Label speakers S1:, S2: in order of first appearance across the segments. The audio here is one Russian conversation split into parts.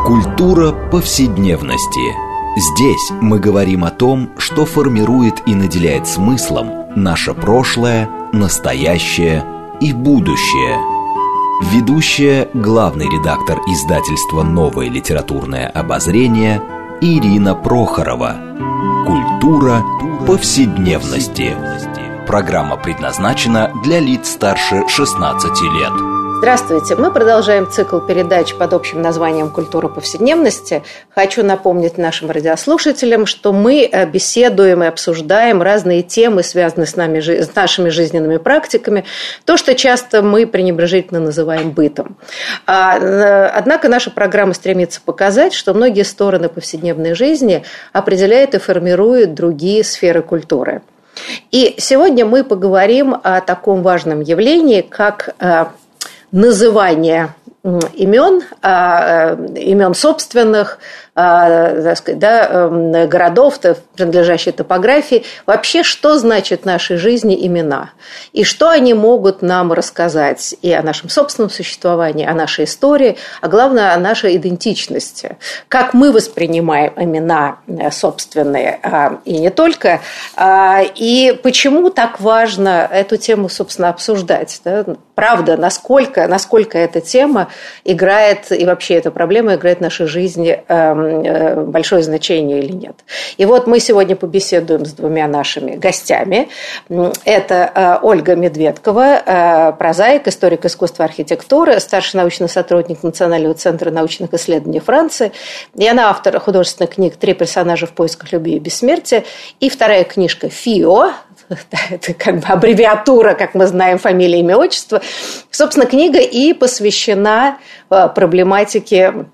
S1: Культура повседневности. Здесь мы говорим о том, что формирует и наделяет смыслом наше прошлое, настоящее и будущее. Ведущая, главный редактор издательства «Новое литературное обозрение» Ирина Прохорова. Культура повседневности. Программа предназначена для лиц старше 16 лет.
S2: Здравствуйте! Мы продолжаем цикл передач под общим названием «Культура повседневности». Хочу напомнить нашим радиослушателям, что мы беседуем и обсуждаем разные темы, связанные с нашими жизненными практиками, то, что часто мы пренебрежительно называем бытом. Однако наша программа стремится показать, что многие стороны повседневной жизни определяют и формируют другие сферы культуры. И сегодня мы поговорим о таком важном явлении, как называние имен собственных, так сказать, городов, принадлежащей топографии. Вообще, что значит в нашей жизни имена? И что они могут нам рассказать и о нашем собственном существовании, о нашей истории, а главное, о нашей идентичности. Как мы воспринимаем имена собственные, и не только. И почему так важно эту тему, собственно, обсуждать? Да? Правда, насколько эта тема играет, и вообще эта проблема играет в нашей жизни большое значение или нет. И вот мы сегодня побеседуем с двумя нашими гостями. Это Ольга Медведкова, прозаик, историк искусства и архитектуры, старший научный сотрудник Национального центра научных исследований Франции. И она автор художественных книг «Три персонажа в поисках любви и бессмертия». И вторая книжка «ФИО». Это как бы аббревиатура, как мы знаем, фамилия, имя, отчество. Собственно, книга и посвящена проблематике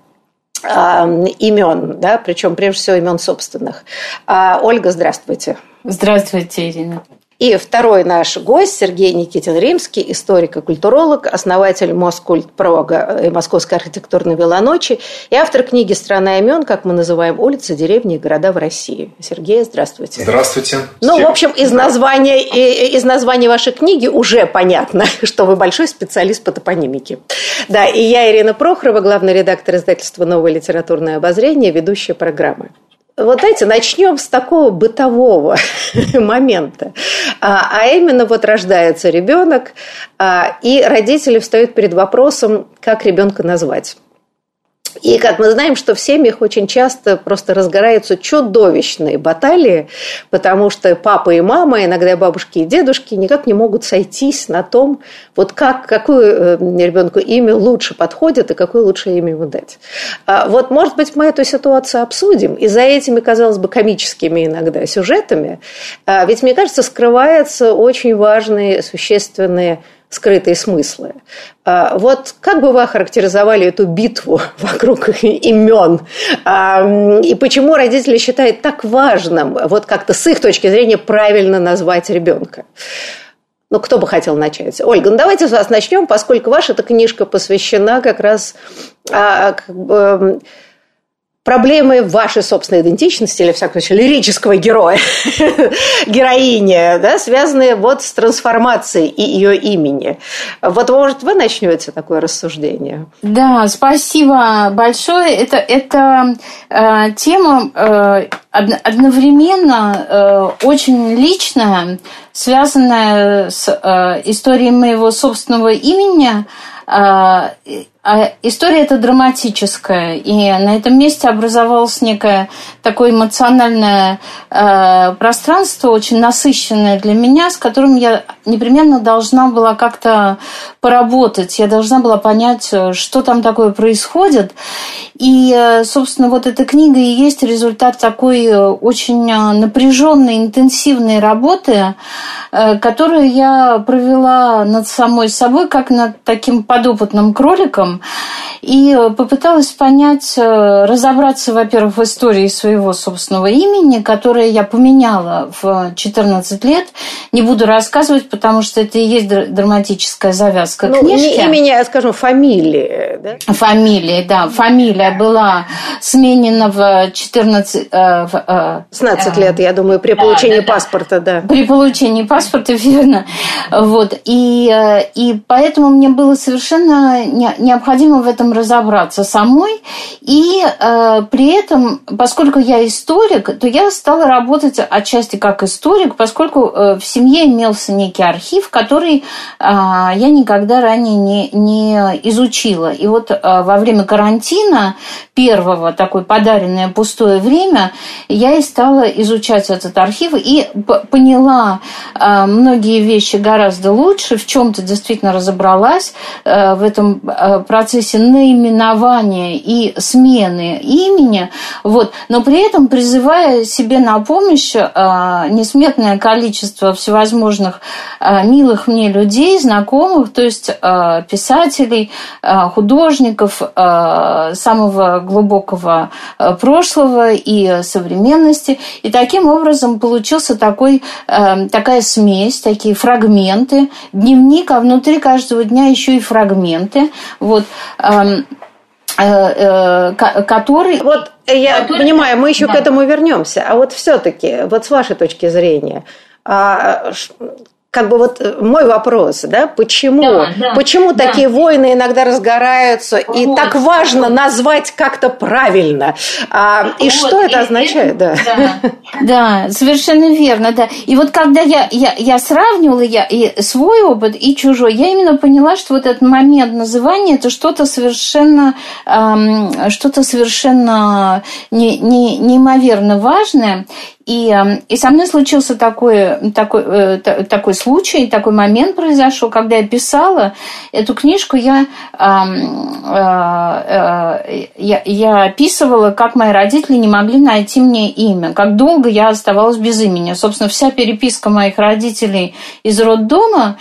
S2: имен, да, причем прежде всего имен собственных. Ольга, здравствуйте.
S3: Здравствуйте, Ирина.
S2: И второй наш гость Сергей Никитин-Римский, историк и культуролог, основатель Москульт-Прога и Московской архитектурной велоночи и автор книги «Страна имен. Как мы называем улицы, деревни и города в России». Сергей, здравствуйте.
S4: Здравствуйте.
S2: Ну, в общем, из названия вашей книги уже понятно, что вы большой специалист по топонимике. Да, и я, Ирина Прохорова, главный редактор издательства «Новое литературное обозрение», ведущая программы. Вот знаете, начнем с такого бытового момента. А именно, вот рождается ребенок, и родители встают перед вопросом, как ребенка назвать. И как мы знаем, что в семьях очень часто просто разгораются чудовищные баталии, потому что папа и мама, иногда бабушки и дедушки никак не могут сойтись на том, вот какое ребенку имя лучше подходит и какое лучше имя ему дать. Вот, может быть, мы эту ситуацию обсудим, и за этими, казалось бы, комическими иногда сюжетами, ведь, мне кажется, скрываются очень важные, существенные скрытые смыслы. Вот как бы вы охарактеризовали эту битву вокруг имен? И почему родители считают так важным, вот как-то с их точки зрения, правильно назвать ребенка? Ну, кто бы хотел начать? Ольга, ну давайте с вас начнем, поскольку ваша эта книжка посвящена как раз проблемы вашей собственной идентичности, или, в всяком случае, лирического героя, героини, да, связанные вот с трансформацией и ее имени. Вот, может, вы начнете такое рассуждение?
S3: Да, спасибо большое. Это тема одновременно очень личная, связанная с историей моего собственного имени. История эта драматическая, и на этом месте образовалось некое такое эмоциональное пространство, очень насыщенное для меня, с которым я непременно должна была как-то поработать. Я должна была понять, что там такое происходит. И, собственно, вот эта книга и есть результат такой очень напряженной, интенсивной работы, которую я провела над самой собой, как над таким подопытным кроликом, и попыталась понять, разобраться, во-первых, в истории своего собственного имени, которое я поменяла в 14 лет. Не буду рассказывать, потому что это и есть драматическая завязка книжки.
S2: Не имени, а, скажем, фамилии. да?
S3: Фамилия была сменена в 16
S2: лет, я думаю, при получении паспорта, да.
S3: При получении паспорта, верно. Вот. И поэтому мне было совершенно необходимо в этом разобраться самой. И при этом, поскольку я историк, то я стала работать отчасти как историк, поскольку в семье имелся некий архив, который я никогда ранее не изучила. И вот во время карантина, первого, такое подаренное пустое время, я и стала изучать этот архив и поняла многие вещи гораздо лучше, в чем-то действительно разобралась в этом процессе наименования и смены имени, вот. Но при этом призывая себе на помощь несметное количество всевозможных милых мне людей, знакомых, то есть писателей, художников самого глубокого прошлого и современности. И таким образом получился такая смесь, такие фрагменты, дневник, а внутри каждого дня еще и фрагменты, вот, который...
S2: Вот я понимаю, мы еще к этому вернемся, а вот все-таки, вот с вашей точки зрения, как бы вот мой вопрос, да, почему такие войны иногда разгораются, и так важно назвать как-то правильно, и что это означает,
S3: Да, совершенно верно, да. И вот когда я сравнивала и свой опыт, и чужой, я именно поняла, что вот этот момент называния – это что-то совершенно неимоверно важное. И со мной случился такой случай, такой момент произошел, когда я писала эту книжку, я описывала, как мои родители не могли найти мне имя, как долго я оставалась без имени. Собственно, вся переписка моих родителей из роддома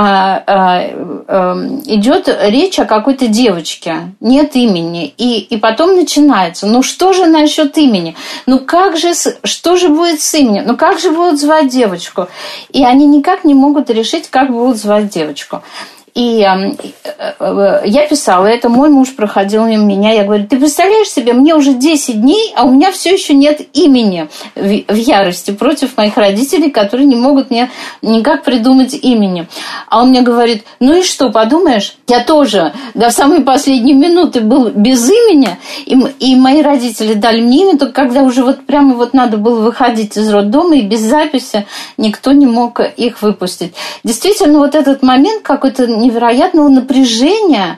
S3: идет речь о какой-то девочке, нет имени. И потом начинается, ну что же насчет имени? Ну как же, что же будет с именем? Ну как же будут звать девочку? И они никак не могут решить, как будут звать девочку. И я писала, это мой муж проходил мимо меня, я говорю, ты представляешь себе, мне уже 10 дней, а у меня все еще нет имени, в ярости против моих родителей, которые не могут мне никак придумать имени. А он мне говорит, ну и что, подумаешь, я тоже до самой последней минуты был без имени, и мои родители дали мне имя, только когда уже вот прямо вот надо было выходить из роддома, и без записи никто не мог их выпустить. Действительно, вот этот момент какой-то невероятного напряжения,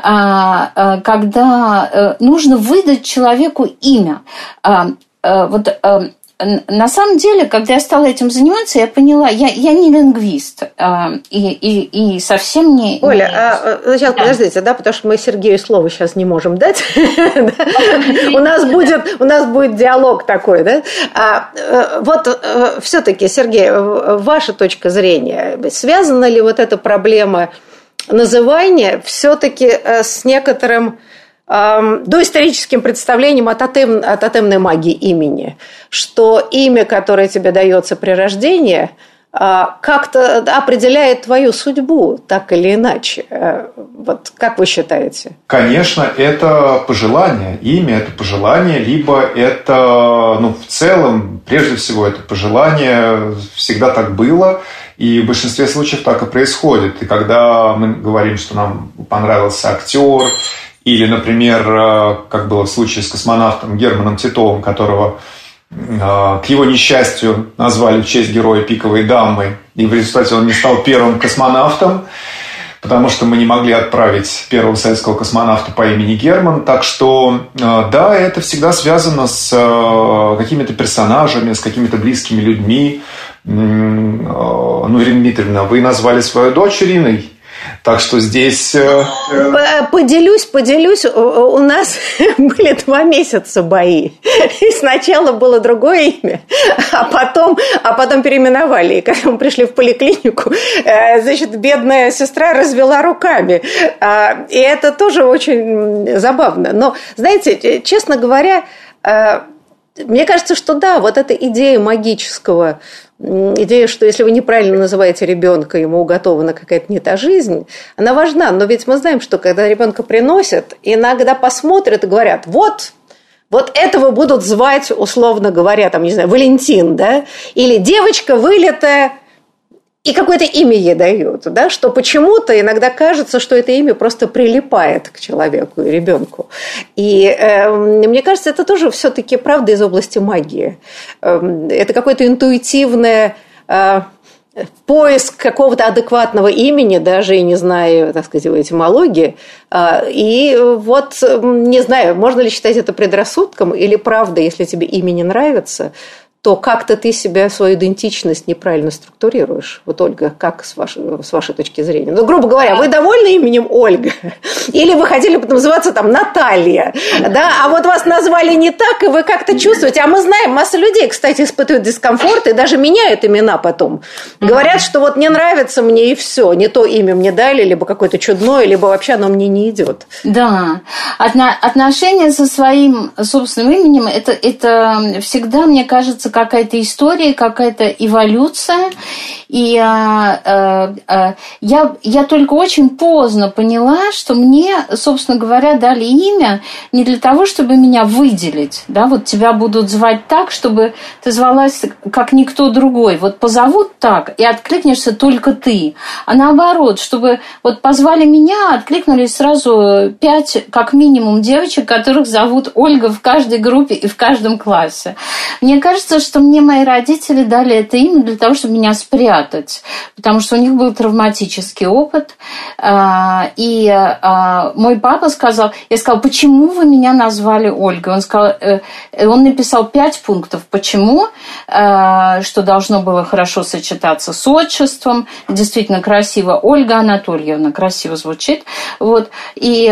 S3: когда нужно выдать человеку имя. На самом деле, когда я стала этим заниматься, я поняла, я не лингвист и совсем не...
S2: Оля, сейчас подождите, да, потому что мы Сергею слово сейчас не можем дать. У нас будет диалог такой, да. Вот все-таки, Сергей, ваша точка зрения, связана ли вот эта проблема называния все-таки с некоторым доисторическим представлением о тотемной магии имени, что имя, которое тебе дается при рождении, как-то определяет твою судьбу, так или иначе. Вот как вы считаете?
S4: Конечно, это пожелание. Имя – это пожелание, либо это, в целом, прежде всего, это пожелание, всегда так было, и в большинстве случаев так и происходит. И когда мы говорим, что нам понравился актер, или, например, как было в случае с космонавтом Германом Титовым, которого, к его несчастью, назвали в честь героя «Пиковой дамы», и в результате он не стал первым космонавтом, потому что мы не могли отправить первого советского космонавта по имени Герман. Так что, да, это всегда связано с какими-то персонажами, с какими-то близкими людьми. Ирина Дмитриевна, вы назвали свою дочь Ириной. Так что здесь...
S2: Поделюсь. У нас были 2 месяца бои. И сначала было другое имя, а потом переименовали. И когда мы пришли в поликлинику, значит, бедная сестра развела руками. И это тоже очень забавно. Но, знаете, честно говоря, мне кажется, что да, вот эта идея магического, идея, что если вы неправильно называете ребенка, ему уготована какая-то не та жизнь, она важна. Но ведь мы знаем, что когда ребенка приносят, иногда посмотрят и говорят, вот этого будут звать, условно говоря, там, не знаю, Валентин, да, или девочка вылитая, и какое-то имя ей дают, да, что почему-то иногда кажется, что это имя просто прилипает к человеку и ребенку. И мне кажется, это тоже все-таки правда из области магии. Это какое-то интуитивное поиск какого-то адекватного имени, даже и не зная, так сказать, его этимологии. И вот, не знаю, можно ли считать это предрассудком или правда, если тебе имя не нравится, то как-то ты себя, свою идентичность неправильно структурируешь. Вот, Ольга, как с вашей точки зрения? Ну, грубо говоря, вы довольны именем Ольга? Или вы хотели бы называться там Наталья? Да? А вот вас назвали не так, и вы как-то чувствуете. А мы знаем, масса людей, кстати, испытывают дискомфорт и даже меняют имена потом. Говорят, что вот не нравится мне и все. Не то имя мне дали, либо какое-то чудное, либо вообще оно мне не идет.
S3: Да. Отношения со своим собственным именем – это всегда, мне кажется, какая-то история, какая-то эволюция. И я только очень поздно поняла, что мне, собственно говоря, дали имя не для того, чтобы меня выделить. Да, вот тебя будут звать так, чтобы ты звалась как никто другой. Вот позовут так, и откликнешься только ты. А наоборот, чтобы вот позвали меня, откликнулись сразу 5, как минимум, девочек, которых зовут Ольга в каждой группе и в каждом классе. Мне кажется, что мне мои родители дали это имя для того, чтобы меня спрятать, потому что у них был травматический опыт. И мой папа сказал, я сказала, почему вы меня назвали Ольгой? Он сказал, он написал 5 пунктов, почему, что должно было хорошо сочетаться с отчеством, действительно красиво, Ольга Анатольевна, красиво звучит, вот, и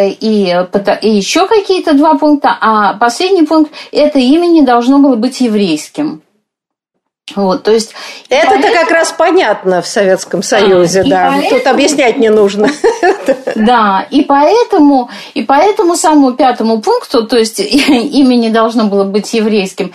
S3: еще какие-то 2 пункта, а последний пункт, это имя не должно было быть еврейским. Вот, то есть
S2: это-то как раз понятно в Советском Союзе, да. Поэтому, тут объяснять не нужно.
S3: Да, и поэтому самому 5-му пункту, то есть имя не должно было быть еврейским,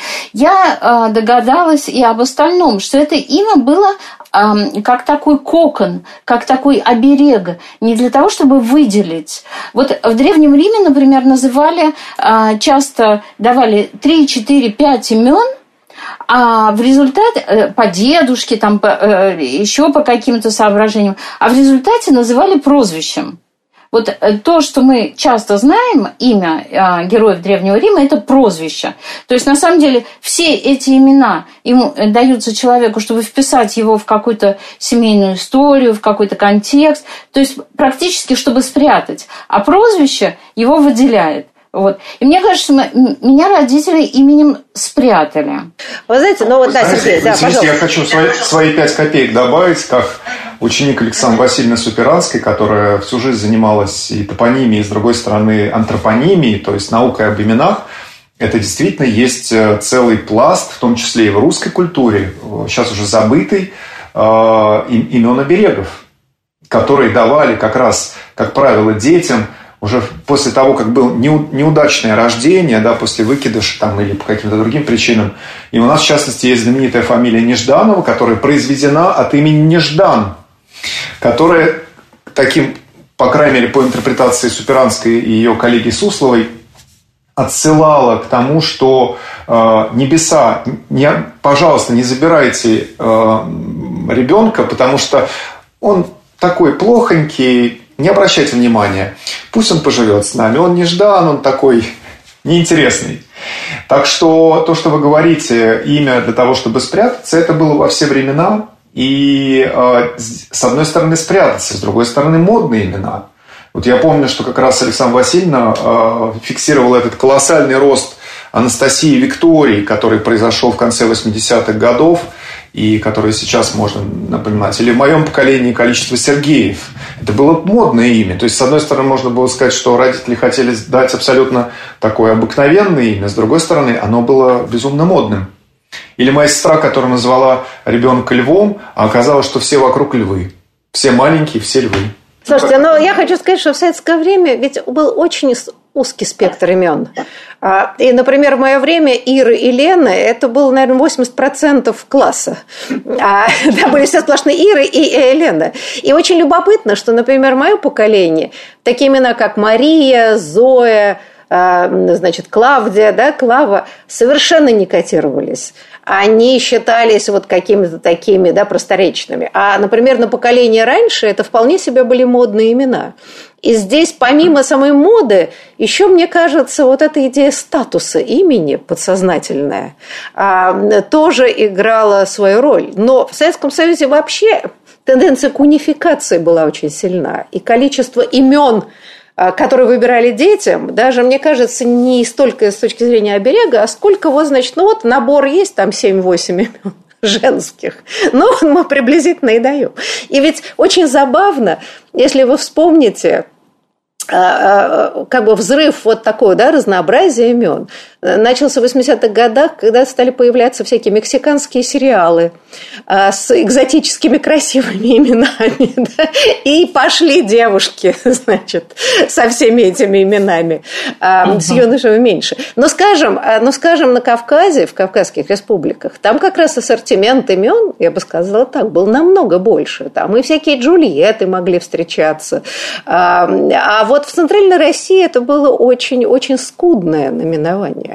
S3: я догадалась и об остальном, что это имя было как такой кокон, как такой оберег, не для того, чтобы выделить. Вот в Древнем Риме, например, называли, часто давали 3, 4, 5 имен, а в результате, по дедушке, там, еще по каким-то соображениям, а в результате называли прозвищем. Вот то, что мы часто знаем, имя героев Древнего Рима, это прозвище. То есть, на самом деле, все эти имена ему даются человеку, чтобы вписать его в какую-то семейную историю, в какой-то контекст, то есть, практически, чтобы спрятать. А прозвище его выделяет. Вот. И мне кажется, меня родители именем спрятали.
S2: Вы знаете, ну вот, да, Сергей, да, пожалуйста.
S4: Я хочу свои 5 копеек добавить, как ученик Александры Васильевны Суперанской, которая всю жизнь занималась и топонимией, и, с другой стороны, антропонимией, то есть наукой об именах. Это действительно есть целый пласт, в том числе и в русской культуре, сейчас уже забытый, имен оберегов, которые давали как раз, как правило, детям уже после того, как было неудачное рождение, да, после выкидыша там, или по каким-то другим причинам. И у нас, в частности, есть знаменитая фамилия Нежданова, которая произведена от имени Неждан, которая таким, по крайней мере, по интерпретации Суперанской и ее коллеги Сусловой, отсылала к тому, что небеса, пожалуйста, не забирайте ребенка, потому что он такой плохонький, не обращайте внимания. Пусть он поживет с нами. Он Неждан, он такой неинтересный. Так что то, что вы говорите, имя для того, чтобы спрятаться, это было во все времена. И с одной стороны спрятаться, с другой стороны модные имена. Вот я помню, что как раз Александра Васильевна фиксировала этот колоссальный рост Анастасии Виктории, который произошел в конце 80-х годов, и которые сейчас можно напоминать. Или в моем поколении количество Сергеев. Это было модное имя. То есть, с одной стороны, можно было сказать, что родители хотели дать абсолютно такое обыкновенное имя. С другой стороны, оно было безумно модным. Или моя сестра, которая назвала ребенка Львом, а оказалось, что все вокруг львы. Все маленькие, все львы.
S2: Слушайте, но я хочу сказать, что в советское время ведь был очень узкий спектр имен. И, например, в мое время Ира и Лена – это было, наверное, 80% класса. Да, были все сплошные Иры и Лена. И очень любопытно, что, например, мое поколение, такие имена, как Мария, Зоя, значит, Клавдия, да, Клава, совершенно не котировались. Они считались вот какими-то такими, да, просторечными. А, например, на поколение раньше это вполне себе были модные имена. И здесь, помимо самой моды, еще, мне кажется, вот эта идея статуса имени подсознательная тоже играла свою роль. Но в Советском Союзе вообще тенденция к унификации была очень сильна. И количество имен, которые выбирали детям, даже, мне кажется, не столько с точки зрения оберега, а сколько вот, значит, ну вот набор есть, там 7-8 имен женских, но мы приблизительно и даем. И ведь очень забавно, если вы вспомните, как бы взрыв вот такой, да, разнообразия имен начался в 80-х годах, когда стали появляться всякие мексиканские сериалы с экзотическими красивыми именами, да, и пошли девушки, значит, со всеми этими именами, с юношами меньше. Но, скажем, на Кавказе, в Кавказских республиках, там как раз ассортимент имен, я бы сказала так, был намного больше. Там и всякие Джульетты могли встречаться. А вот в Центральной России это было очень-очень скудное наименование.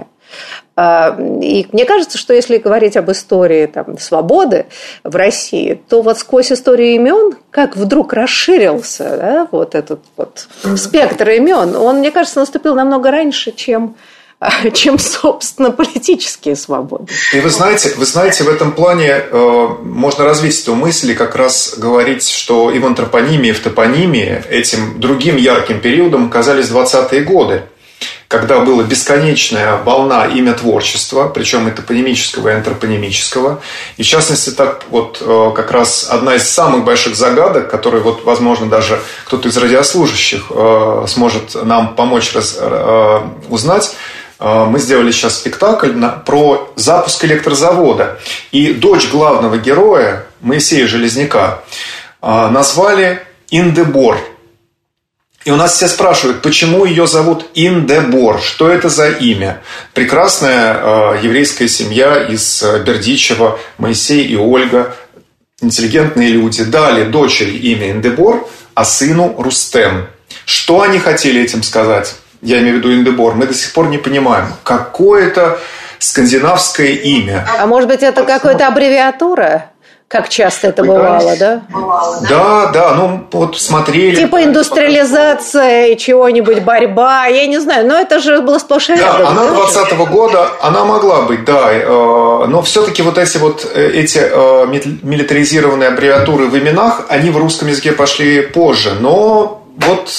S2: И мне кажется, что если говорить об истории там, свободы в России, то вот сквозь историю имен, как вдруг расширился, да, вот этот вот спектр имен, он, мне кажется, наступил намного раньше, чем, собственно, политические свободы.
S4: И вы знаете, в этом плане можно развить эту мысль и как раз говорить, что и в антропонимии, и в топонимии этим другим ярким периодом казались 20-е годы, когда была бесконечная волна иметворчества, причем и топонимического, и антропонимического. И в частности, так вот как раз одна из самых больших загадок, которую, вот, возможно, даже кто-то из радиослужащих сможет нам помочь узнать, мы сделали сейчас спектакль про запуск электрозавода. И дочь главного героя, Моисея Железняка, назвали Индебор. И у нас все спрашивают, почему ее зовут Индебор, что это за имя? Прекрасная еврейская семья из Бердичева, Моисей и Ольга, интеллигентные люди, дали дочери имя Индебор, а сыну Рустем. Что они хотели этим сказать? Я имею в виду Индебор. Мы до сих пор не понимаем, какое-то скандинавское имя.
S2: А может быть, это какая-то аббревиатура? Как часто это бывало, да?
S4: Да, ну вот смотрели.
S2: Типа индустриализация, чего-нибудь, борьба, я не знаю, но это же было сплошь и рядом.
S4: Да, она 20-го года, она могла быть, да, но все-таки вот эти милитаризированные аббревиатуры в именах, они в русском языке пошли позже, но вот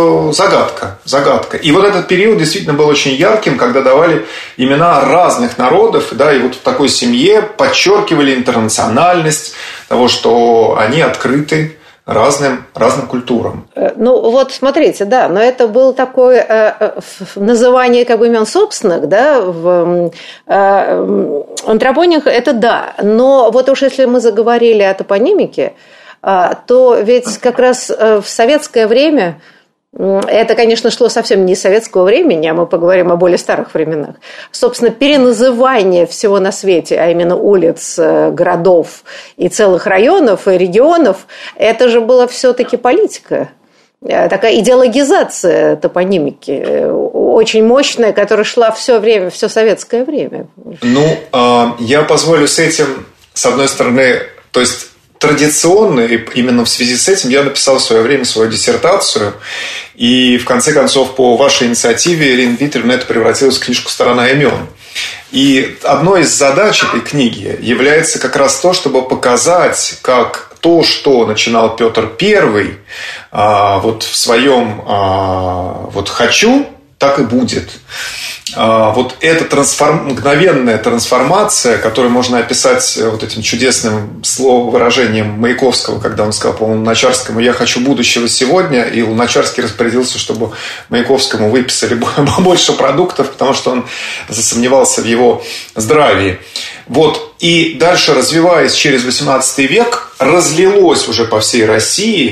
S4: загадка. И вот этот период действительно был очень ярким, когда давали имена разных народов, да, и вот в такой семье подчеркивали интернациональность того, что они открыты разным культурам.
S2: Ну, вот смотрите, да, но это было такое называние как бы имен собственных, да, в антропонимах это да, но вот уж если мы заговорили о топонимике, то ведь как раз в советское время, это, конечно, шло совсем не из советского времени, а мы поговорим о более старых временах, собственно, переназывание всего на свете, а именно улиц, городов и целых районов и регионов, это же была все-таки политика. Такая идеологизация топонимики, очень мощная, которая шла все время, все советское время.
S4: Ну, я позволю с этим, с одной стороны, то есть традиционно, и именно в связи с этим я написал в свое время свою диссертацию, и в конце концов по вашей инициативе, Ирина Дмитриевна, это превратилось в книжку «Сторона имен». И одной из задач этой книги является как раз то, чтобы показать, как то, что начинал Петр I вот в своем вот «хочу», так и будет. Вот эта мгновенная трансформация, которую можно описать вот этим чудесным выражением Маяковского, когда он сказал, по-моему, Луначарскому: «Я хочу будущего сегодня», и Луначарский распорядился, чтобы Маяковскому выписали больше продуктов, потому что он засомневался в его здравии. Вот. И дальше, развиваясь через XVIII век, разлилось уже по всей России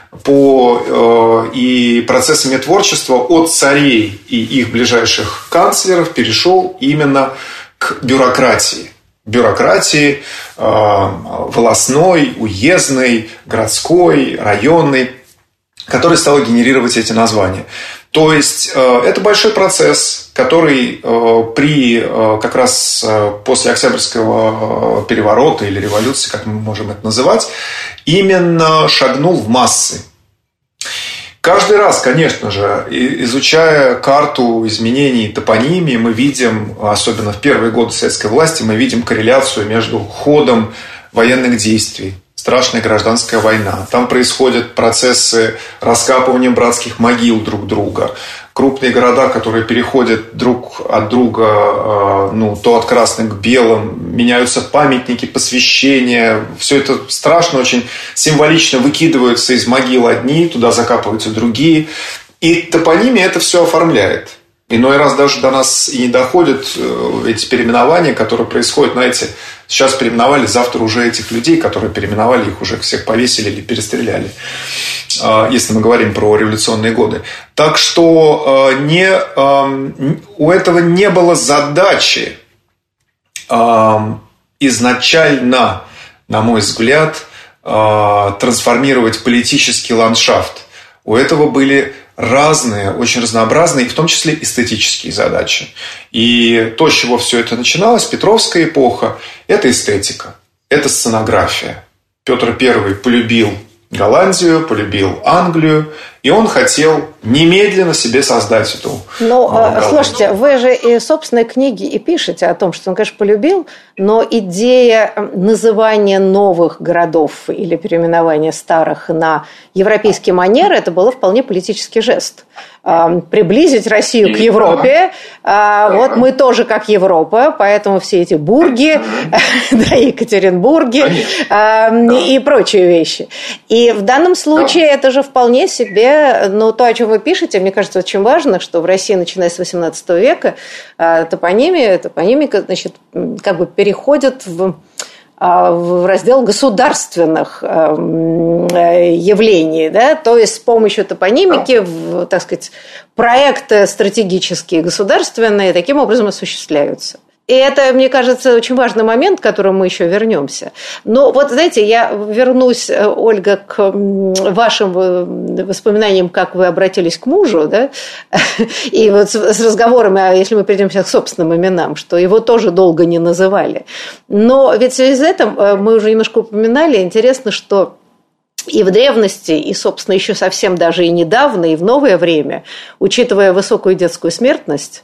S4: и процессами творчества от царей и их ближайших канцлеров перешел именно к бюрократии. Бюрократии волостной, уездной, городской, районной, которая стала генерировать эти названия. То есть это большой процесс, который как раз после Октябрьского переворота или революции, как мы можем это называть, именно шагнул в массы. Каждый раз, конечно же, изучая карту изменений топонимии, мы видим, особенно в первые годы советской власти, мы видим корреляцию между ходом военных действий. Страшная гражданская война. Там происходят процессы раскапывания братских могил друг друга. Крупные города, которые переходят друг от друга, то от красных к белым, меняются памятники, посвящения. Все это страшно, очень символично выкидываются из могил одни, туда закапываются другие. И топонимия это все оформляет. Иной раз даже до нас и не доходят эти переименования, которые происходят, знаете, сейчас переименовали, завтра уже этих людей, которые переименовали, их уже всех повесили или перестреляли, если мы говорим про революционные годы. Так что у этого не было задачи изначально, на мой взгляд, трансформировать политический ландшафт. У этого были разные, очень разнообразные, в том числе эстетические задачи. И то, с чего все это начиналось, Петровская эпоха, это эстетика, это сценография. Петр I полюбил Голландию, полюбил Англию, и он хотел немедленно себе создать эту Голландию.
S2: Слушайте, вы же и собственные книги и пишете о том, что он, конечно, полюбил, но идея называния новых городов или переименования старых на европейские манеры, это был вполне политический жест. Приблизить Россию к Европе. Вот мы тоже как Европа, поэтому все эти бурги, Екатеринбурги и прочие вещи. И в данном случае это же вполне себе, то, о чем вы пишете, мне кажется, очень важно, что в России, начиная с XVIII века, топонимика, значит, как бы переходит в раздел государственных явлений, да? То есть с помощью топонимики, так сказать, проекты стратегические государственные таким образом осуществляются. И это, мне кажется, очень важный момент, к которому мы еще вернемся. Но вот, знаете, я вернусь, Ольга, к вашим воспоминаниям, как вы обратились к мужу, да? И вот с разговорами, если мы перейдем сейчас к собственным именам, что его тоже долго не называли. Но ведь в связи с этим мы уже немножко упоминали, интересно, что и в древности, и, собственно, еще совсем даже и недавно, и в новое время, учитывая высокую детскую смертность,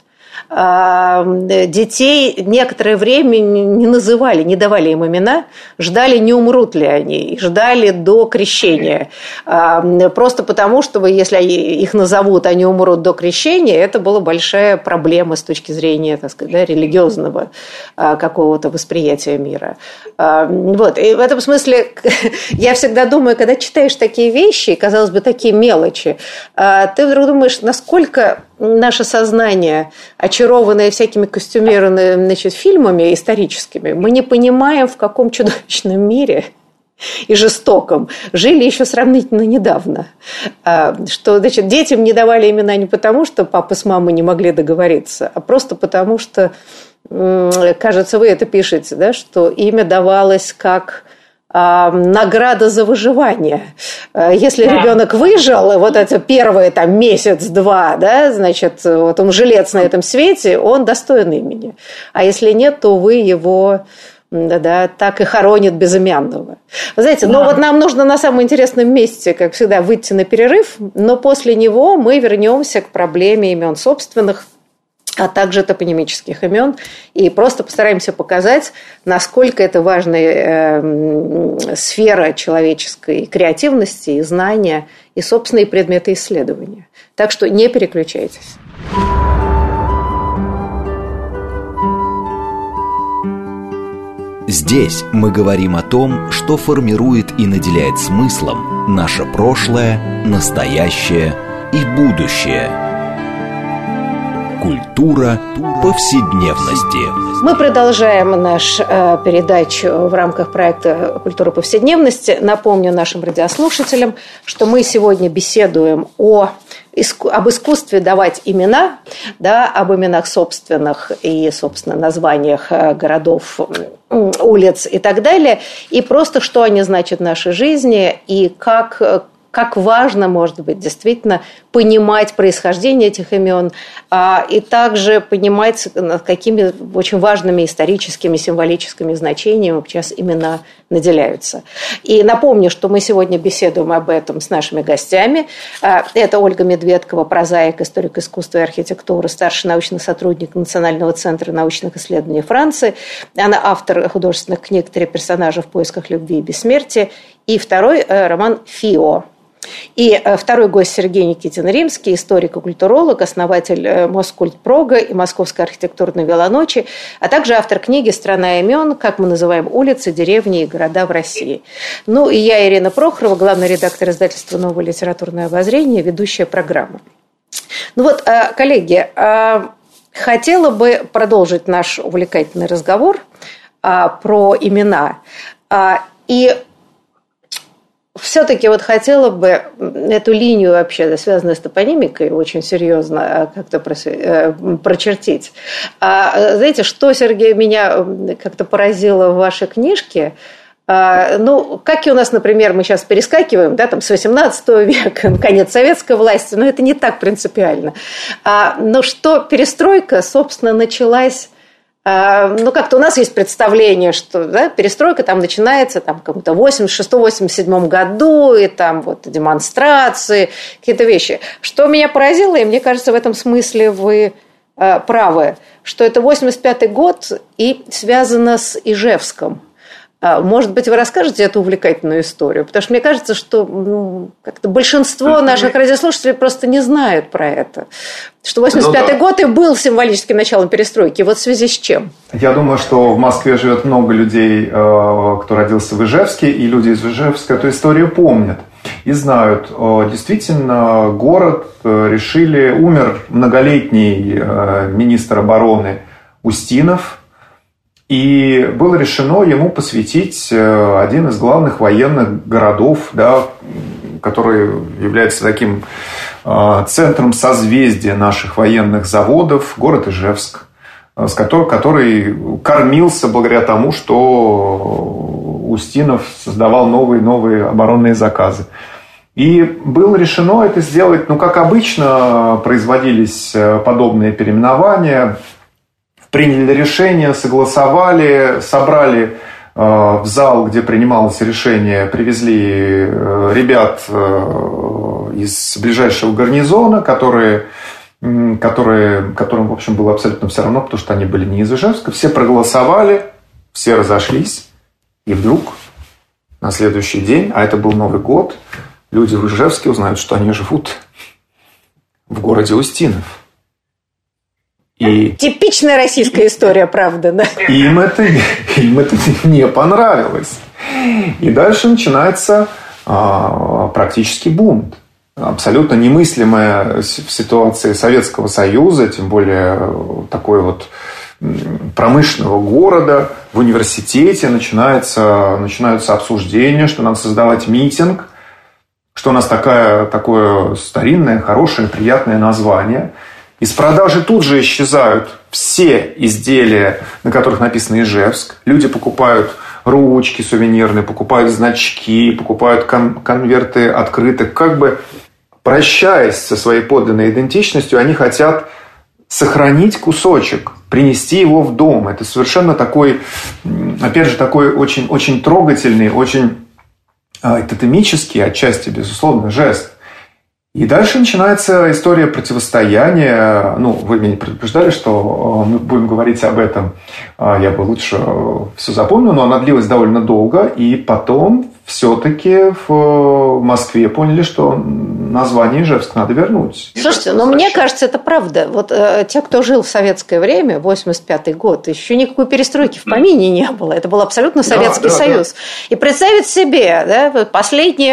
S2: детей некоторое время не называли, не давали им имена, ждали, не умрут ли они, ждали до крещения. Просто потому, что если их назовут, они умрут до крещения, это была большая проблема с точки зрения, так сказать, религиозного какого-то восприятия мира. Вот. И в этом смысле я всегда думаю, когда читаешь такие вещи, казалось бы, такие мелочи, ты вдруг думаешь, насколько наше сознание, очарованное всякими костюмированными, фильмами историческими, мы не понимаем, в каком чудовищном мире и жестоком жили еще сравнительно недавно. Что, значит, детям не давали имена не потому, что папа с мамой не могли договориться, а просто потому, что, кажется, вы это пишете, да, что имя давалось как награда за выживание. Если ребенок выжил, вот это первые месяц-два, да, значит, вот он жилец на этом свете, он достоин имени. А если нет, то вы его так и хоронят безымянного. Вы знаете, вот нам нужно на самом интересном месте, как всегда, выйти на перерыв, но после него мы вернемся к проблеме имен собственных, а также топонимических имен, и просто постараемся показать, насколько это важная сфера человеческой креативности и знания, и собственные предметы исследования. Так что не переключайтесь.
S1: Здесь мы говорим о том, что формирует и наделяет смыслом наше прошлое, настоящее и будущее. Культура повседневности.
S2: Мы продолжаем нашу передачу в рамках проекта «Культура повседневности». Напомню нашим радиослушателям, что мы сегодня беседуем об искусстве давать имена, да, об именах собственных и, собственно, названиях городов, улиц и так далее, и просто что они значат в нашей жизни, и как важно, может быть, действительно понимать происхождение этих имен, и также понимать, какими очень важными историческими, символическими значениями сейчас имена наделяются. И напомню, что мы сегодня беседуем об этом с нашими гостями. Это Ольга Медведкова, прозаик, историк искусства и архитектуры, старший научный сотрудник Национального центра научных исследований Франции. Она автор художественных книг «Три персонажа в поисках любви и бессмертия». И второй роман «Фио». И второй гость Сергей Никитин Римский, историк и культуролог, основатель Москультпрога и Московской архитектурной велоночи, а также автор книги «Страна имен. Как мы называем улицы, деревни и города в России». Ну и я, Ирина Прохорова, главный редактор издательства «Новое литературное обозрение», ведущая программы. Ну вот, коллеги, хотела бы продолжить наш увлекательный разговор про имена. И все-таки вот хотела бы эту линию вообще, связанную с топонимикой, очень серьезно как-то прочертить. Знаете, что, Сергей, меня как-то поразило в вашей книжке? Ну, как и у нас, например, мы сейчас перескакиваем, да, там, с 18 века, конец советской власти, но это не так принципиально. Но что перестройка, собственно, началась. Ну, как-то у нас есть представление, что да, перестройка там начинается там, в 86-87 году, и там вот демонстрации, какие-то вещи. Что меня поразило, и мне кажется, в этом смысле вы правы, что это 85-й год и связано с Ижевском. Может быть, вы расскажете эту увлекательную историю? Потому что мне кажется, что как-то большинство наших радиослушателей просто не знают про это. Что 85-й год и был символическим началом перестройки. Вот в связи с чем?
S4: Я думаю, что в Москве живет много людей, кто родился в Ижевске, и люди из Ижевска эту историю помнят и знают. Действительно, город умер многолетний министр обороны Устинов, и было решено ему посвятить один из главных военных городов, да, который является таким центром созвездия наших военных заводов, город Ижевск, который кормился благодаря тому, что Устинов создавал новые оборонные заказы. И было решено это сделать, как обычно производились подобные переименования. Приняли решение, согласовали, собрали в зал, где принималось решение, привезли ребят из ближайшего гарнизона, которым, в общем, было абсолютно все равно, потому что они были не из Ижевска. Все проголосовали, все разошлись, и вдруг на следующий день, а это был Новый год, люди в Ижевске узнают, что они живут в городе Устинов. И
S2: типичная российская история, правда, да?
S4: Им это не понравилось. И дальше начинается практически бунт. Абсолютно немыслимая в ситуации Советского Союза, тем более такой вот промышленного города, в университете начинаются обсуждения, что надо создавать митинг, что у нас такое старинное, хорошее, приятное название. Из продажи тут же исчезают все изделия, на которых написано Ижевск. Люди покупают ручки сувенирные, покупают значки, покупают конверты открыток. Как бы прощаясь со своей подлинной идентичностью, они хотят сохранить кусочек, принести его в дом. Это совершенно такой, опять же, такой очень, очень трогательный, очень тотемический, отчасти, безусловно, жест. И дальше начинается история противостояния. Вы меня предупреждали, что мы будем говорить об этом. Я бы лучше все запомнил, но она длилась довольно долго. И потом все-таки в Москве поняли, что название Ижевск надо вернуть.
S2: Слушайте, мне кажется, это правда. Вот те, кто жил в советское время, 85-й год, еще никакой перестройки в помине не было. Это был абсолютно Советский Союз. Да. И представить себе, да, последние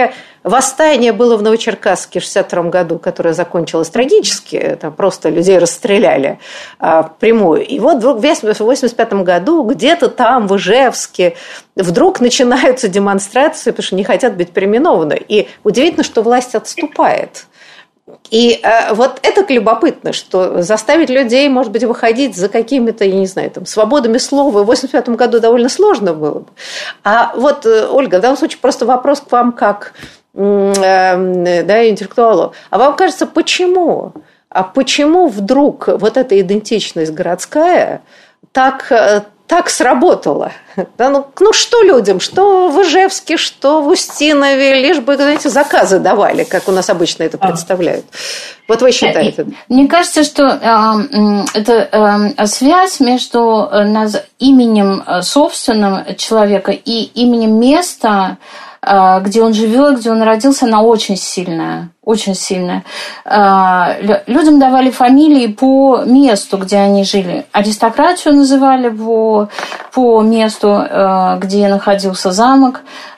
S2: восстание было в Новочеркасске в 1962 году, которое закончилось трагически, там просто людей расстреляли впрямую. И вот вдруг в 1985 году где-то там, в Ижевске, вдруг начинаются демонстрации, потому что не хотят быть переименованы. И удивительно, что власть отступает. И вот это любопытно, что заставить людей, может быть, выходить за какими-то, я не знаю, там, свободами слова в 1985 году довольно сложно было бы. А вот, Ольга, в данном случае просто вопрос к вам как интеллектуалу. А вам кажется, почему? А почему вдруг вот эта идентичность городская так сработала? Да, ну что людям, что в Ижевске, что в Устинове, лишь бы, знаете, заказы давали, как у нас обычно это представляют. Вот вы считаете?
S3: Мне кажется, что это связь между именем собственным человека и именем места, где он живет, где он родился, она очень сильная. Очень сильная. Людям давали фамилии по месту, где они жили. Аристократию называли по месту, где находился замок.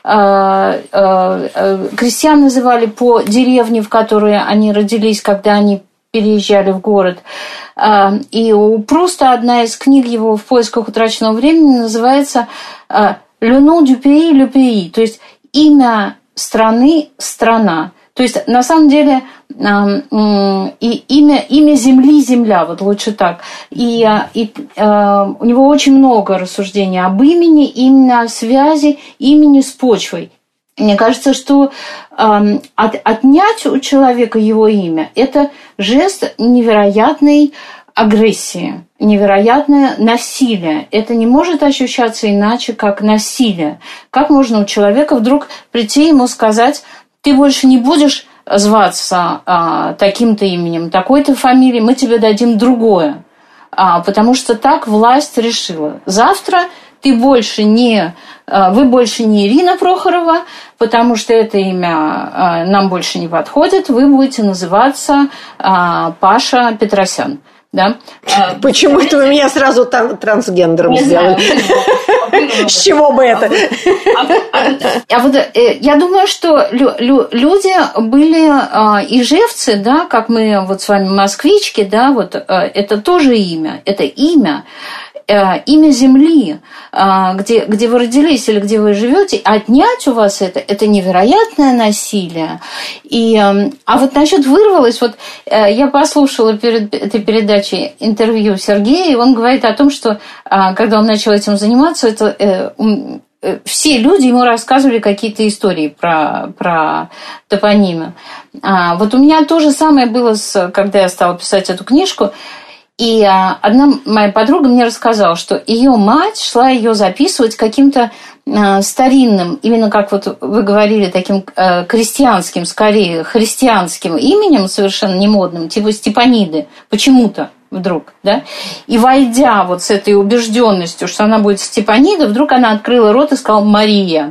S3: Крестьян называли по деревне, в которой они родились, когда они переезжали в город. И у Пруста одна из книг его «В поисках утраченного времени» называется «Le nom du pays, le pays», то есть имя страны – страна. То есть, на самом деле, и имя земли – земля, вот лучше так. И у него очень много рассуждений об имени, именно о связи имени с почвой. Мне кажется, что отнять у человека его имя – это жест невероятной агрессии, невероятное насилие. Это не может ощущаться иначе, как насилие. Как можно у человека вдруг прийти ему сказать: ты больше не будешь зваться таким-то именем, такой-то фамилией, мы тебе дадим другое. Потому что так власть решила. Завтра вы больше не Ирина Прохорова, потому что это имя нам больше не подходит, вы будете называться Паша Петросян. Да?
S2: Почему-то вы меня сразу трансгендером сделали. С чего бы это?
S3: Я думаю, что люди были ижевцы, да, как мы вот с вами москвички, да, вот это тоже имя, это имя земли, где вы родились или где вы живете, отнять у вас это невероятное насилие. А вот насчет вырвалось, вот я послушала перед этой передачей интервью Сергея, и он говорит о том, что когда он начал этим заниматься, все люди ему рассказывали какие-то истории про топонимы. Вот у меня то же самое было, когда я стала писать эту книжку. И одна моя подруга мне рассказала, что ее мать шла ее записывать каким-то старинным, именно как вот вы говорили, таким крестьянским, скорее христианским именем, совершенно немодным, типа Степаниды, почему-то вдруг, да? И войдя вот с этой убежденностью, что она будет Степанида, вдруг она открыла рот и сказала «Мария».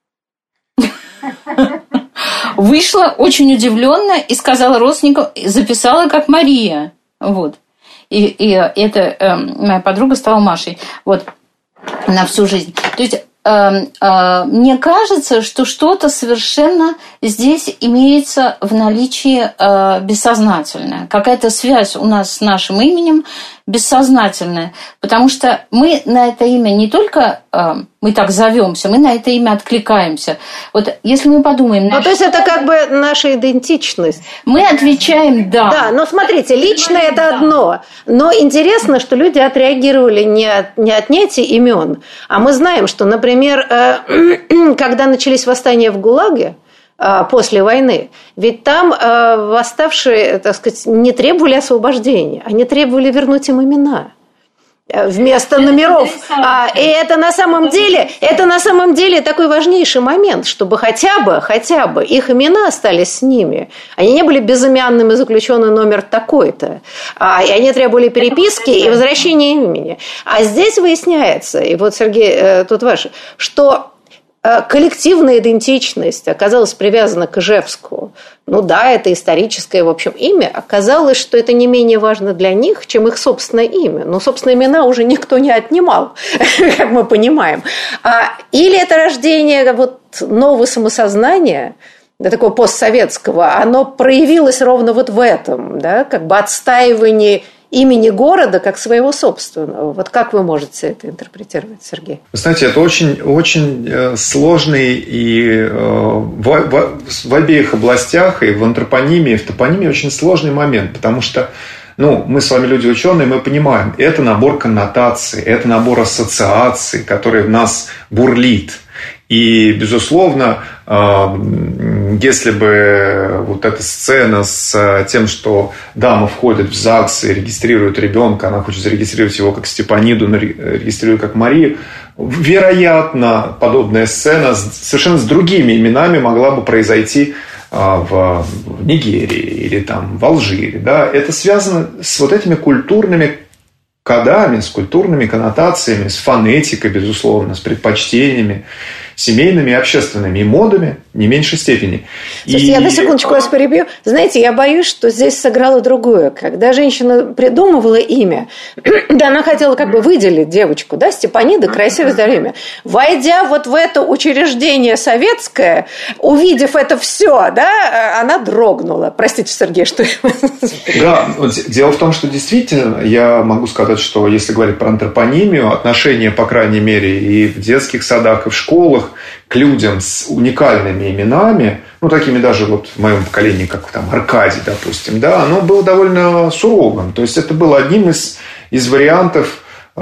S3: Вышла очень удивленно и сказала родственникам, записала как Мария. Вот. И это моя подруга стала Машей. Вот. На всю жизнь. То есть мне кажется, что что-то совершенно здесь имеется в наличии бессознательное. Какая-то связь у нас с нашим именем бессознательная. Потому что мы на это имя не только мы так зовемся, мы на это имя откликаемся. Вот если мы подумаем...
S2: то есть это как бы наша идентичность.
S3: Мы отвечаем «да».
S2: Да, но смотрите, личное – это одно. Но интересно, что люди отреагировали не отнятие имен, а мы знаем, что, например, когда начались восстания в ГУЛАГе, после войны, ведь там восставшие, так сказать, не требовали освобождения, они требовали вернуть им имена вместо номеров. И это на самом деле такой важнейший момент, чтобы хотя бы их имена остались с ними. Они не были безымянными, заключенный номер такой-то. И они требовали переписки и возвращения имени. А здесь выясняется, и вот, Сергей, тут ваше, что коллективная идентичность оказалась привязана к Ижевску. Ну да, это историческое, в общем, имя. Оказалось, что это не менее важно для них, чем их собственное имя. Но, собственно, имена уже никто не отнимал, как мы понимаем. Или это рождение вот нового самосознания, да, такого постсоветского, оно проявилось ровно вот в этом, да, как бы отстаивании имени города как своего собственного. Вот как вы можете это интерпретировать, Сергей?
S4: Вы знаете, это очень сложный и в обеих областях, и в антропонимии, и в топонимии очень сложный момент, потому что мы с вами люди ученые, мы понимаем, это набор коннотаций, это набор ассоциаций, который в нас бурлит. И, безусловно, если бы вот эта сцена с тем, что дама входит в ЗАГС и регистрирует ребенка, она хочет зарегистрировать его как Степаниду, но регистрирует как Марию, вероятно, подобная сцена совершенно с другими именами могла бы произойти в Нигерии или там в Алжире. Да? Это связано с вот этими культурными кодами, с культурными коннотациями, с фонетикой, безусловно, с предпочтениями, семейными и общественными, и модами в не меньшей степени.
S2: Слушайте, я на секундочку вас перебью. Знаете, я боюсь, что здесь сыграло другое. Когда женщина придумывала имя, да, она хотела как бы выделить девочку, да, Степанида, красивое имя. Войдя вот в это учреждение советское, увидев это все, да, она дрогнула. Простите, Сергей, что я...
S4: Да, дело в том, что действительно, я могу сказать, что если говорить про антропонимию, отношение, по крайней мере, и в детских садах, и в школах к людям с уникальными именами, такими даже вот в моем поколении, как там Аркадий, допустим, да, оно было довольно суровым. То есть это было одним из вариантов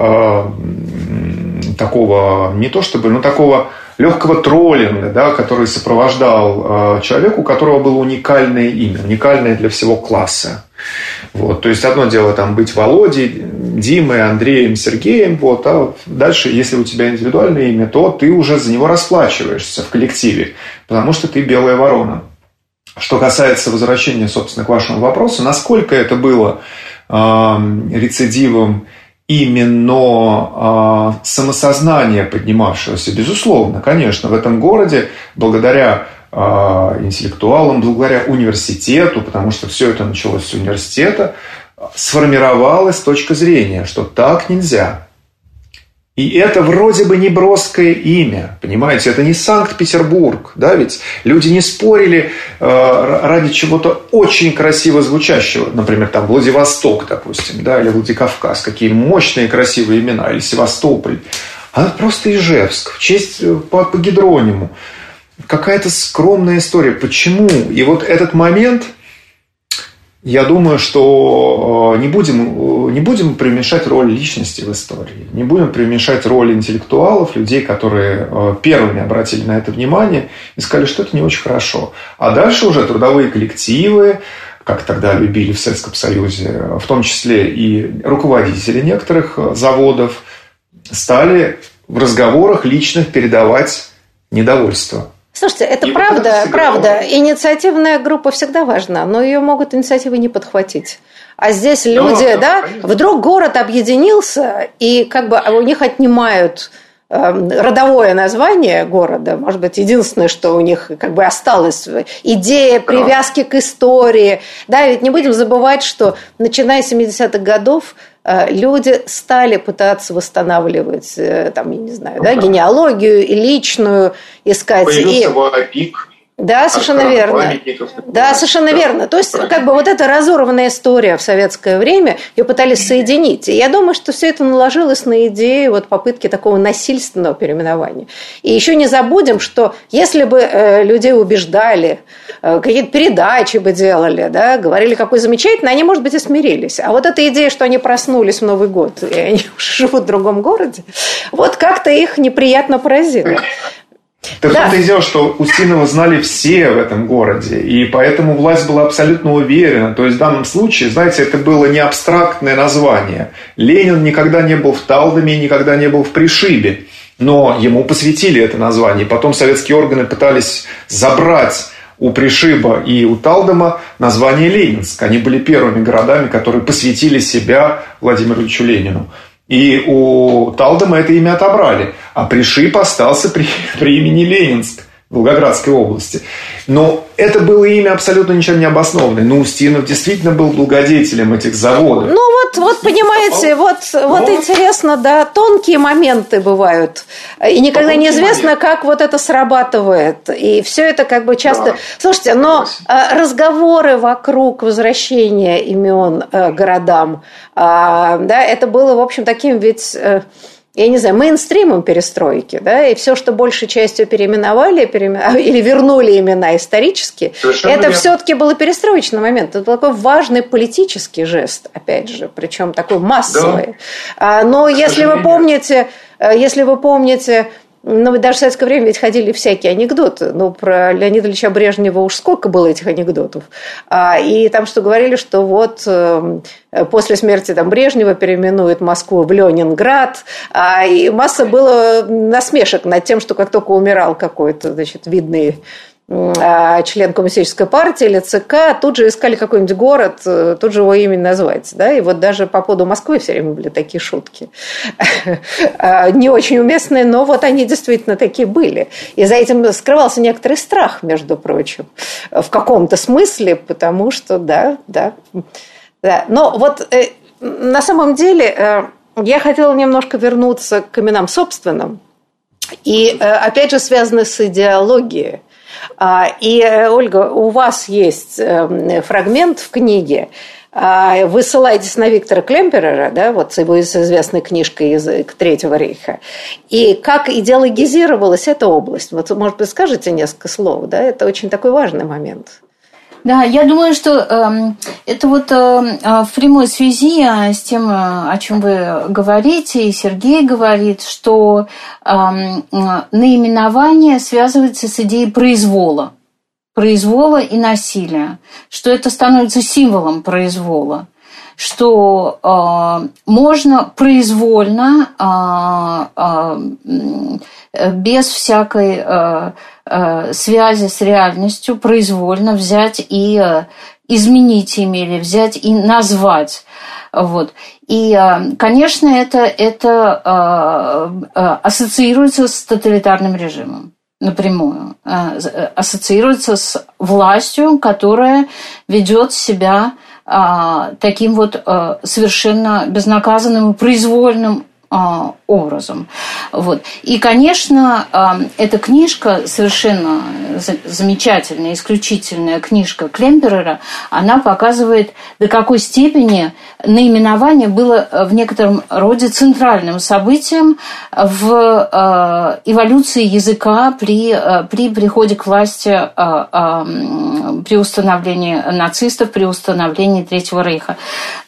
S4: такого, не то чтобы, такого легкого троллинга, да, который сопровождал человеку, у которого было уникальное имя, уникальное для всего класса. Вот, то есть одно дело там быть Володей, Димой, Андреем, Сергеем, вот, а дальше, если у тебя индивидуальное имя, то ты уже за него расплачиваешься в коллективе, потому что ты белая ворона. Что касается возвращения, собственно, к вашему вопросу, насколько это было рецидивом именно самосознания поднимавшегося, безусловно, конечно, в этом городе, благодаря интеллектуалам, благодаря университету, потому что все это началось с университета, сформировалась точка зрения, что так нельзя. И это вроде бы не броское имя, понимаете, это не Санкт-Петербург, да, ведь люди не спорили ради чего-то очень красиво звучащего, например, там Владивосток, допустим, да, или Владикавказ, какие мощные красивые имена, или Севастополь, а это просто Ижевск, в честь по гидрониму. Какая-то скромная история. Почему? И вот этот момент, я думаю, что не будем преуменьшать роль личности в истории, не будем преуменьшать роль интеллектуалов, людей, которые первыми обратили на это внимание и сказали, что это не очень хорошо. А дальше уже трудовые коллективы, как тогда любили в Советском Союзе, в том числе и руководители некоторых заводов, стали в разговорах личных передавать недовольство.
S2: Слушайте, это правда. Инициативная группа всегда важна, но ее могут инициативы не подхватить. А здесь люди, вдруг город объединился, и как бы у них отнимают родовое название города, может быть, единственное, что у них как бы осталось, идея привязки к истории. Да, ведь не будем забывать, что начиная с 70-х годов люди стали пытаться восстанавливать, там, я не знаю, генеалогию и личную искать.
S4: Появился Воробик.
S2: Да, совершенно верно. Да, совершенно верно. То есть, как бы вот эта разорванная история в советское время, ее пытались соединить. И я думаю, что все это наложилось на идею вот попытки такого насильственного переименования. И еще не забудем, что если бы людей убеждали, какие-то передачи бы делали, да, говорили, какой замечательный, они, может быть, и смирились. А вот эта идея, что они проснулись в Новый год, и они уже живут в другом городе, вот как-то их неприятно поразило.
S4: Так в том-то и дело, что Устинова знали все в этом городе, и поэтому власть была абсолютно уверена. То есть в данном случае, знаете, это было не абстрактное название. Ленин никогда не был в Талдоме, никогда не был в Пришибе, но ему посвятили это название. Потом советские органы пытались забрать у Пришиба и у Талдома название Ленинск. Они были первыми городами, которые посвятили себя Владимиру Ильичу Ленину. И у Талдома это имя отобрали, а Пришиб остался при имени Ленинск. Волгоградской области. Но это было имя абсолютно ничем не обоснованное. Но Устинов действительно был благодетелем этих заводов.
S2: Ну вот понимаете, вот интересно, да, тонкие моменты бывают. И никогда неизвестно, как вот это срабатывает. И все это как бы часто... Да. Слушайте, но разговоры вокруг возвращения имен городам, да, это было, в общем, таким ведь... я не знаю, мейнстримом перестройки, да, и все, что большей частью переименовали или вернули имена исторически, совершенно это все-таки был перестроечный момент. Это был такой важный политический жест, опять же, причем такой массовый. Да. Но если вы помните, ну, даже в советское время ведь ходили всякие анекдоты. Ну, про Леонида Ильича Брежнева уж сколько было этих анекдотов. И там что говорили, что вот после смерти там, Брежнева переименуют Москву в Ленинград. И масса было насмешек над тем, что как только умирал какой-то, значит, видный член коммунистической партии или ЦК, тут же искали какой-нибудь город, тут же его имя назвать. Да? И вот даже по поводу Москвы все время были такие шутки. Не очень уместные, но вот они действительно такие были. И за этим скрывался некоторый страх, между прочим, в каком-то смысле, потому что, да. Но вот на самом деле я хотела немножко вернуться к именам собственным. И опять же связаны с идеологией. И, Ольга, у вас есть фрагмент в книге, вы ссылаетесь на Виктора Клемперера, да, вот с его известной книжкой «Язык Третьего рейха», и как идеологизировалась эта область. Вот, может быть, скажете несколько слов, да, это очень такой важный момент.
S3: Да, я думаю, что это вот в прямой связи с тем, о чем вы говорите, и Сергей говорит, что наименование связывается с идеей произвола и насилия, что это становится символом произвола, что можно произвольно, без всякой связи с реальностью, произвольно взять и изменить имя или взять и назвать. Вот. И, конечно, это ассоциируется с тоталитарным режимом напрямую, ассоциируется с властью, которая ведет себя таким вот совершенно безнаказанным и произвольным образом. Вот. И, конечно, эта книжка, совершенно замечательная, исключительная книжка Клемперера, она показывает, до какой степени наименование было в некотором роде центральным событием в эволюции языка при приходе к власти, при установлении нацистов, при установлении Третьего рейха.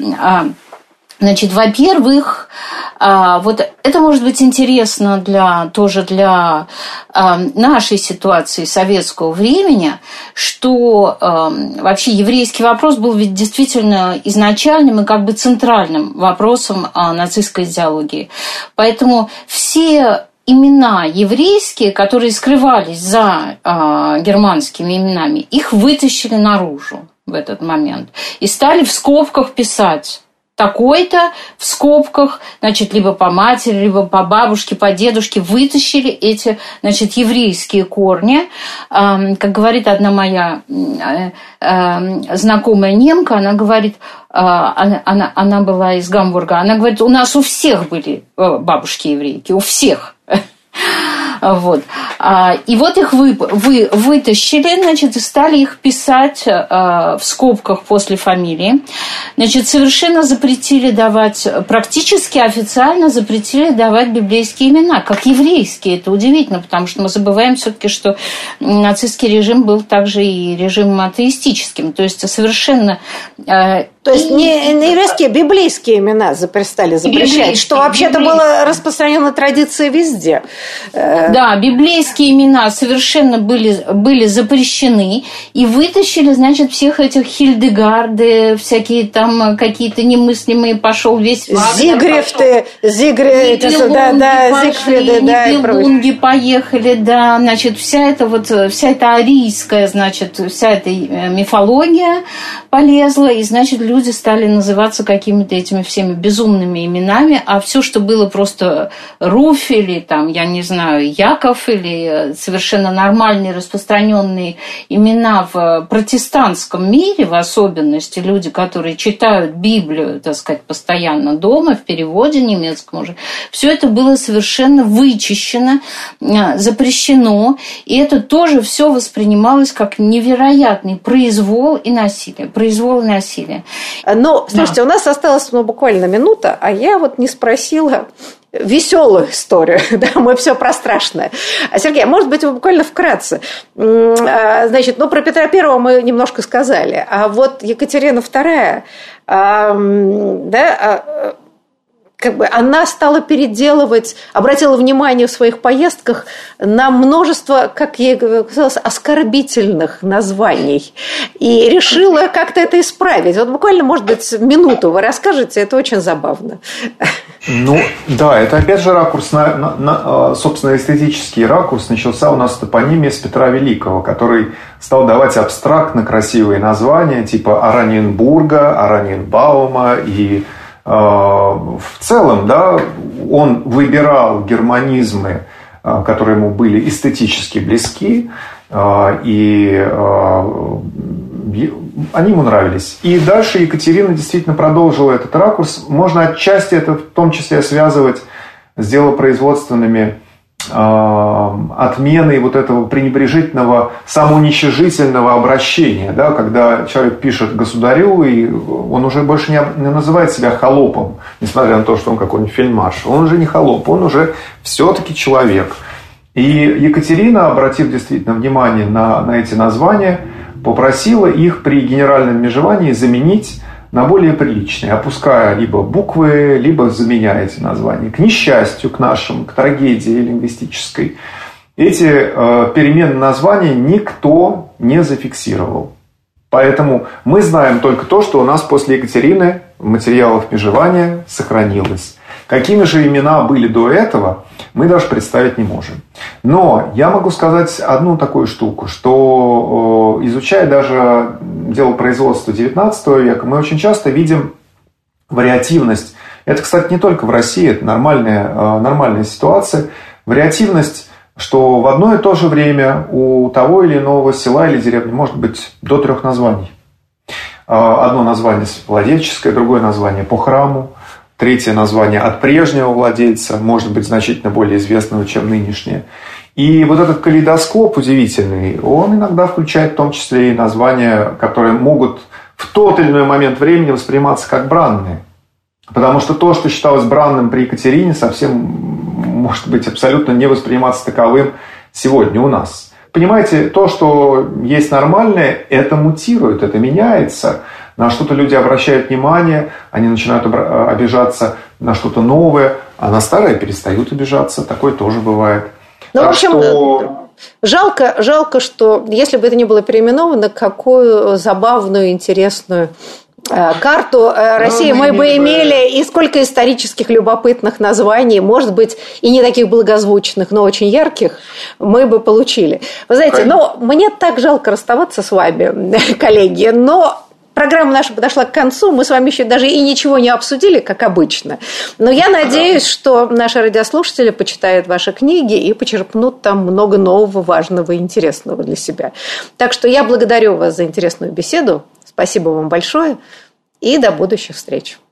S3: Значит, во-первых, вот это может быть интересно тоже для нашей ситуации советского времени, что вообще еврейский вопрос был ведь действительно изначальным и как бы центральным вопросом нацистской идеологии. Поэтому все имена еврейские, которые скрывались за германскими именами, их вытащили наружу в этот момент и стали в скобках писать. Такой-то в скобках, значит, либо по матери, либо по бабушке, по дедушке вытащили эти, значит, еврейские корни. Как говорит одна моя знакомая немка, она говорит, она была из Гамбурга, она говорит, у нас у всех были бабушки еврейки, у всех. Вот. И вот их вытащили, значит, и стали их писать в скобках после фамилии. Значит, совершенно запретили давать, практически официально запретили давать библейские имена, как еврейские. Это удивительно, потому что мы забываем все-таки, что нацистский режим был также и режимом атеистическим. То есть совершенно...
S2: То есть не еврейские, библейские имена перестали запрещать, что вообще-то было распространена традиция везде.
S3: Да, библейские имена совершенно были запрещены, и вытащили, значит, всех этих Хильдегарды, всякие там какие-то немыслимые, пошел весь
S2: Зигфриды,
S3: Нибелунги поехали, да, значит, вся эта арийская, значит, вся эта мифология полезла, и, значит, люди люди стали называться какими-то этими всеми безумными именами, а все, что было просто Руфь или там, я не знаю, Яков или совершенно нормальные распространенные имена в протестантском мире, в особенности люди, которые читают Библию, так сказать, постоянно дома, в переводе немецком уже, все это было совершенно вычищено, запрещено, и это тоже все воспринималось как невероятный произвол и насилие. Произвол и насилие.
S2: Но, слушайте, у нас осталась буквально минута, а я вот не спросила веселую историю, да, мы все про страшное. Сергей, может быть, вы буквально вкратце. Значит, про Петра Первого мы немножко сказали, а вот Екатерина II, да, как бы она стала переделывать, обратила внимание в своих поездках на множество, как ей казалось, оскорбительных названий. И решила как-то это исправить. Вот буквально, может быть, минуту вы расскажете, это очень забавно.
S4: Ну, да, это опять же ракурс, собственно, эстетический ракурс начался у нас в топонимии с Петра Великого, который стал давать абстрактно красивые названия, типа Ораниенбурга, Ораниенбаума и в целом, да, он выбирал германизмы, которые ему были эстетически близки, и они ему нравились. И дальше Екатерина действительно продолжила этот ракурс. Можно отчасти это в том числе связывать с делопроизводственными отменой вот этого пренебрежительного, самоуничижительного обращения, да, когда человек пишет государю, и он уже больше не называет себя холопом, несмотря на то, что он какой-нибудь фельдмаршал. Он уже не холоп, он уже все-таки человек. И Екатерина, обратив действительно внимание на эти названия, попросила их при генеральном межевании заменить на более приличные, опуская либо буквы, либо заменяя эти названия. К несчастью, к трагедии лингвистической, эти перемены названия никто не зафиксировал. Поэтому мы знаем только то, что у нас после Екатерины в материалах межевания сохранилось. Какими же имена были до этого, мы даже представить не можем. Но я могу сказать одну такую штуку, что изучая даже делопроизводство XIX века, мы очень часто видим вариативность. Это, кстати, не только в России, это нормальная ситуация. Вариативность, что в одно и то же время у того или иного села или деревни может быть до 3 названий. Одно название владельческое, другое название по храму. Третье название от прежнего владельца, может быть, значительно более известного, чем нынешнее. И вот этот калейдоскоп удивительный, он иногда включает в том числе и названия, которые могут в тот или иной момент времени восприниматься как бранные. Потому что то, что считалось бранным при Екатерине, совсем может быть абсолютно не восприниматься таковым сегодня у нас. Понимаете, то, что есть нормальное, это мутирует, это меняется. На что-то люди обращают внимание, они начинают обижаться на что-то новое, а на старое перестают обижаться. Такое тоже бывает.
S2: Ну, в общем, жалко, что если бы это не было переименовано, какую забавную, интересную карту России мы бы имели, и сколько исторических любопытных названий, может быть, и не таких благозвучных, но очень ярких, мы бы получили. Вы знаете, мне так жалко расставаться с вами, коллеги, но программа наша подошла к концу, мы с вами еще даже и ничего не обсудили, как обычно. Но я надеюсь, что наши радиослушатели почитают ваши книги и почерпнут там много нового, важного и интересного для себя. Так что я благодарю вас за интересную беседу. Спасибо вам большое и до будущих встреч.